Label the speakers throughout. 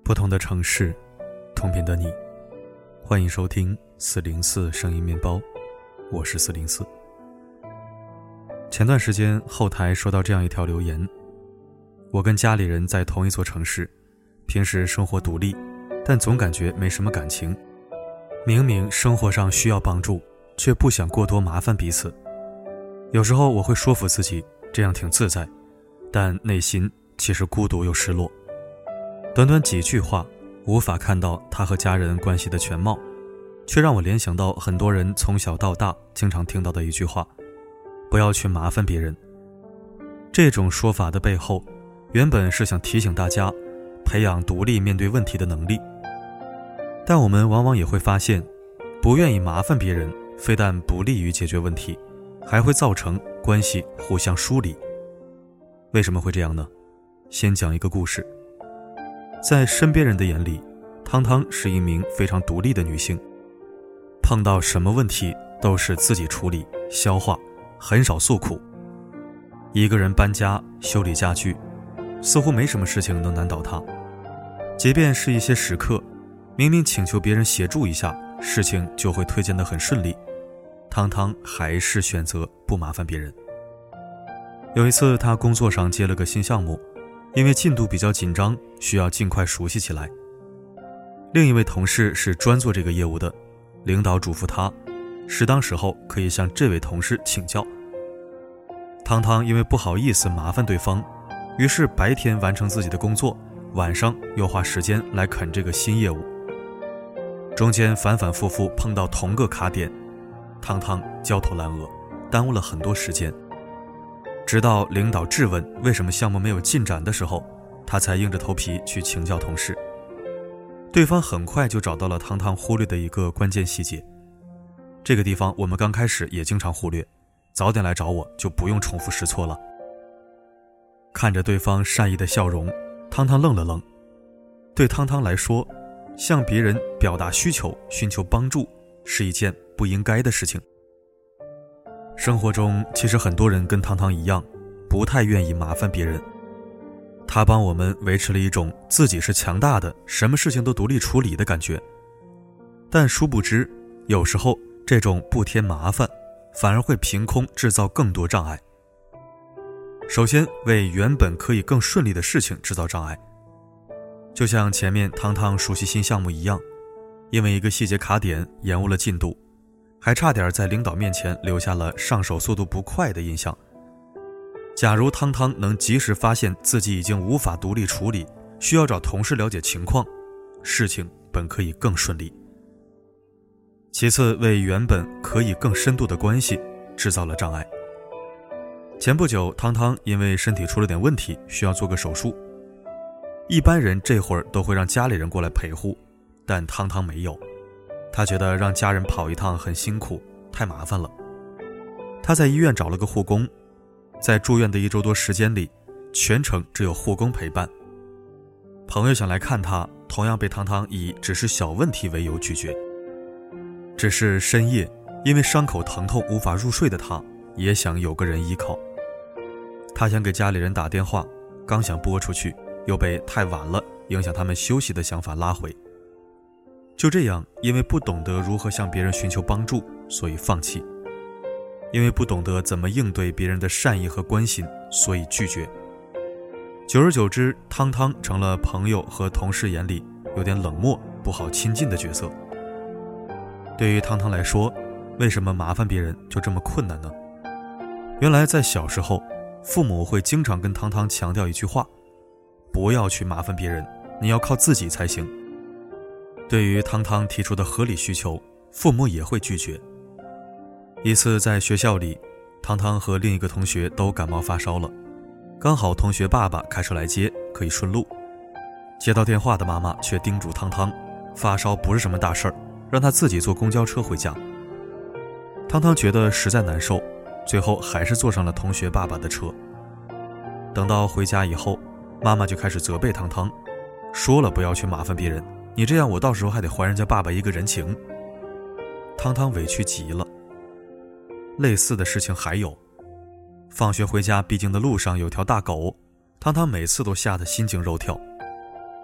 Speaker 1: 不同的城市，同频的你，欢迎收听404声音面包，我是404。前段时间后台收到这样一条留言，我跟家里人在同一座城市，平时生活独立，但总感觉没什么感情，明明生活上需要帮助，却不想过多麻烦彼此。有时候我会说服自己这样挺自在，但内心其实孤独又失落。短短几句话无法看到他和家人关系的全貌，却让我联想到很多人从小到大经常听到的一句话：不要去麻烦别人。这种说法的背后，原本是想提醒大家培养独立面对问题的能力，但我们往往也会发现，不愿意麻烦别人非但不利于解决问题，还会造成关系互相疏离。为什么会这样呢？先讲一个故事。在身边人的眼里，汤汤是一名非常独立的女性，碰到什么问题都是自己处理消化，很少诉苦。一个人搬家修理家具，似乎没什么事情能难倒她。即便是一些时刻明明请求别人协助一下，事情就会推荐得很顺利，汤汤还是选择不麻烦别人。有一次她工作上接了个新项目，因为进度比较紧张，需要尽快熟悉起来。另一位同事是专做这个业务的，领导嘱咐他适当时候可以向这位同事请教。汤汤因为不好意思麻烦对方，于是白天完成自己的工作，晚上又花时间来啃这个新业务。中间反反复复碰到同个卡点，汤汤焦头烂额，耽误了很多时间。直到领导质问为什么项目没有进展的时候，他才硬着头皮去请教同事。对方很快就找到了汤汤忽略的一个关键细节，这个地方我们刚开始也经常忽略，早点来找我就不用重复试错了。看着对方善意的笑容，汤汤愣了愣。对汤汤来说，向别人表达需求寻求帮助是一件不应该的事情。生活中其实很多人跟汤汤一样，不太愿意麻烦别人。他帮我们维持了一种自己是强大的，什么事情都独立处理的感觉。但殊不知，有时候这种不添麻烦，反而会凭空制造更多障碍。首先，为原本可以更顺利的事情制造障碍。就像前面汤汤熟悉新项目一样，因为一个细节卡点延误了进度，还差点在领导面前留下了上手速度不快的印象。假如汤汤能及时发现自己已经无法独立处理，需要找同事了解情况，事情本可以更顺利。其次，为原本可以更深度的关系制造了障碍。前不久，汤汤因为身体出了点问题，需要做个手术。一般人这会儿都会让家里人过来陪护，但汤汤没有。他觉得让家人跑一趟很辛苦，太麻烦了。他在医院找了个护工，在住院的1周多时间里，全程只有护工陪伴。朋友想来看他，同样被汤汤以只是小问题为由拒绝。只是深夜，因为伤口疼痛无法入睡的他，也想有个人依靠。他想给家里人打电话，刚想拨出去，又被太晚了影响他们休息的想法拉回。就这样，因为不懂得如何向别人寻求帮助，所以放弃；因为不懂得怎么应对别人的善意和关心，所以拒绝。久而久之，汤汤成了朋友和同事眼里有点冷漠、不好亲近的角色。对于汤汤来说，为什么麻烦别人就这么困难呢？原来在小时候，父母会经常跟汤汤强调一句话：不要去麻烦别人，你要靠自己才行。对于汤汤提出的合理需求，父母也会拒绝。一次在学校里，汤汤和另一个同学都感冒发烧了，刚好同学爸爸开车来接，可以顺路。接到电话的妈妈却叮嘱汤汤，发烧不是什么大事儿，让他自己坐公交车回家。汤汤觉得实在难受，最后还是坐上了同学爸爸的车。等到回家以后，妈妈就开始责备汤汤，说了不要去麻烦别人，你这样我到时候还得还人家爸爸一个人情。汤汤委屈极了。类似的事情还有，放学回家必经的路上有条大狗，汤汤每次都吓得心惊肉跳。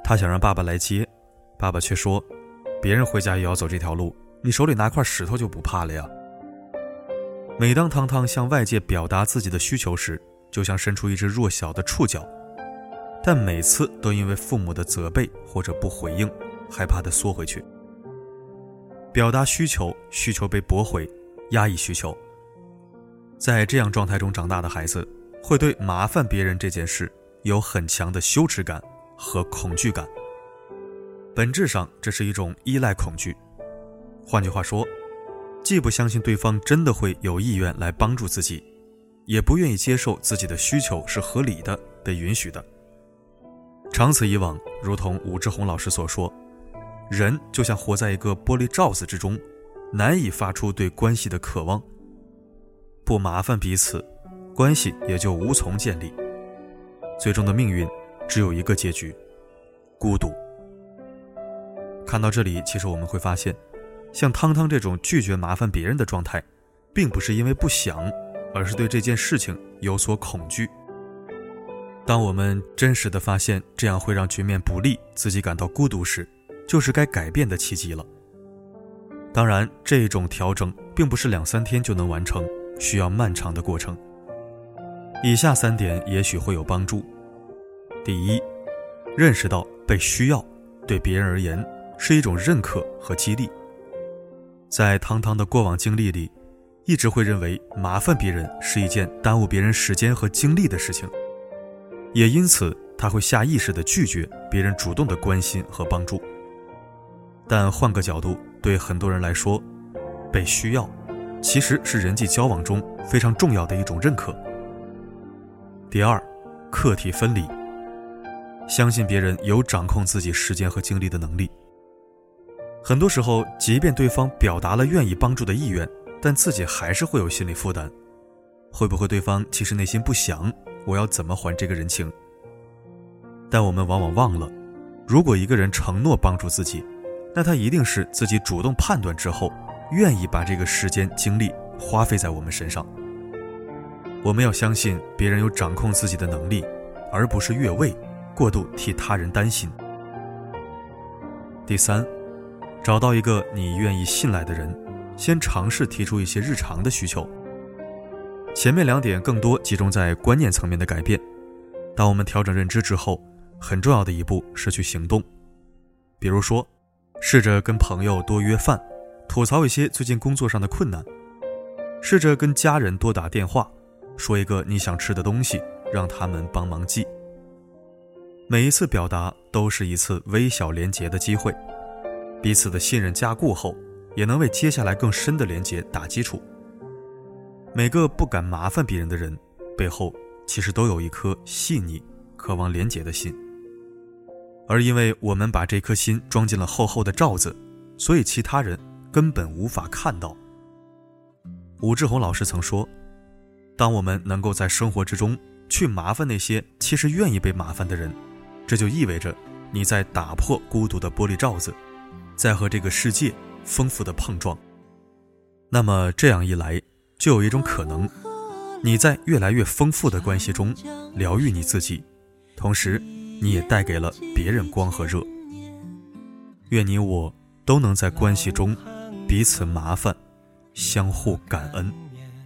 Speaker 1: 他想让爸爸来接，爸爸却说，别人回家也要走这条路，你手里拿块石头就不怕了呀。每当汤汤向外界表达自己的需求时，就像伸出一只弱小的触角，但每次都因为父母的责备或者不回应，害怕地缩回去。表达需求，需求被驳回，压抑需求。在这样状态中长大的孩子，会对麻烦别人这件事有很强的羞耻感和恐惧感。本质上，这是一种依赖恐惧。换句话说，既不相信对方真的会有意愿来帮助自己，也不愿意接受自己的需求是合理的，被允许的。长此以往，如同武志红老师所说，人就像活在一个玻璃罩子之中，难以发出对关系的渴望。不麻烦彼此，关系也就无从建立。最终的命运只有一个结局，孤独。看到这里，其实我们会发现，像汤汤这种拒绝麻烦别人的状态，并不是因为不想，而是对这件事情有所恐惧。当我们真实地发现这样会让局面不利，自己感到孤独时，就是该改变的契机了。当然，这种调整并不是2-3天就能完成，需要漫长的过程。以下3点也许会有帮助。第一，认识到被需要对别人而言是一种认可和激励。在汤汤的过往经历里，一直会认为麻烦别人是一件耽误别人时间和精力的事情，也因此他会下意识地拒绝别人主动的关心和帮助。但换个角度，对很多人来说，被需要其实是人际交往中非常重要的一种认可。第二，课题分离，相信别人有掌控自己时间和精力的能力。很多时候，即便对方表达了愿意帮助的意愿，但自己还是会有心理负担。会不会对方其实内心不想，我要怎么还这个人情？但我们往往忘了，如果一个人承诺帮助自己，那他一定是自己主动判断之后，愿意把这个时间精力花费在我们身上。我们要相信别人有掌控自己的能力，而不是越位，过度替他人担心。第三，找到一个你愿意信赖的人，先尝试提出一些日常的需求。前面2点更多集中在观念层面的改变，当我们调整认知之后，很重要的一步是去行动。比如说，试着跟朋友多约饭，吐槽一些最近工作上的困难，试着跟家人多打电话，说一个你想吃的东西，让他们帮忙记。每一次表达都是一次微小连结的机会，彼此的信任加固后，也能为接下来更深的连结打基础。每个不敢麻烦别人的人，背后其实都有一颗细腻、渴望连结的心。而因为我们把这颗心装进了厚厚的罩子，所以其他人根本无法看到。武志红老师曾说，当我们能够在生活之中去麻烦那些其实愿意被麻烦的人，这就意味着你在打破孤独的玻璃罩子，在和这个世界丰富的碰撞。那么这样一来，就有一种可能，你在越来越丰富的关系中疗愈你自己，同时你也带给了别人光和热。愿你我都能在关系中彼此麻烦，相互感恩。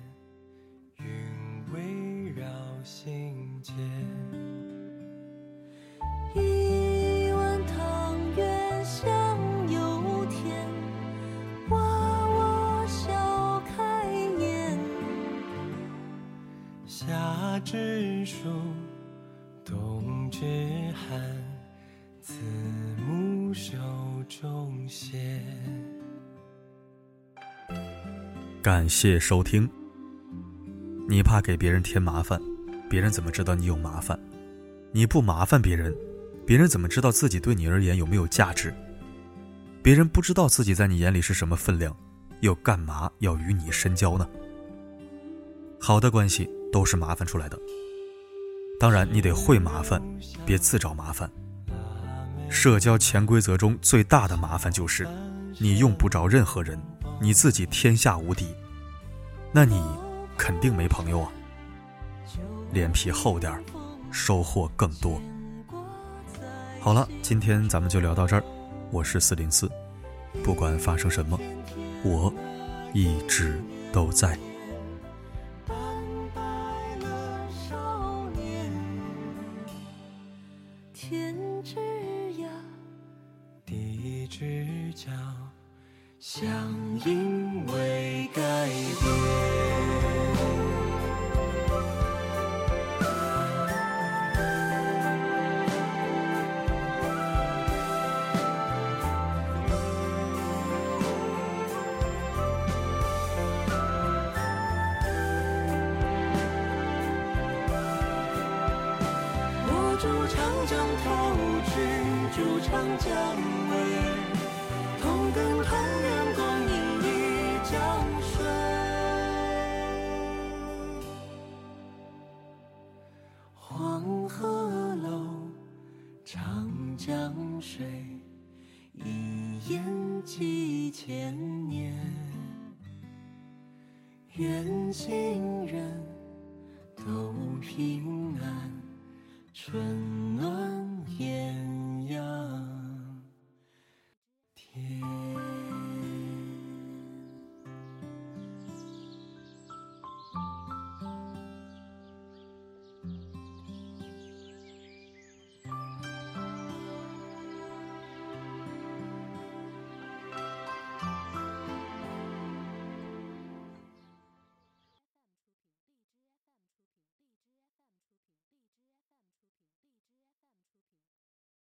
Speaker 2: 一碗汤圆香又甜，娃娃笑开颜。夏之暑，冬之寒，慈母手中线。
Speaker 1: 感谢收听。你怕给别人添麻烦，别人怎么知道你有麻烦？你不麻烦别人，别人怎么知道自己对你而言有没有价值？别人不知道自己在你眼里是什么分量，又干嘛要与你深交呢？好的关系都是麻烦出来的，当然你得会麻烦，别自找麻烦。社交潜规则中最大的麻烦就是你用不着任何人，你自己天下无敌，那你肯定没朋友啊。脸皮厚点，收获更多。好好了，今天咱们就聊到这儿。我是404，不管发生什么，我一直都在。
Speaker 2: 天之涯，地之角，相因未改变。我筑长江头去，筑长江尾，同根同源共饮一江水。黄鹤楼，长江水，一眼几千年。愿行人都平安，春暖燕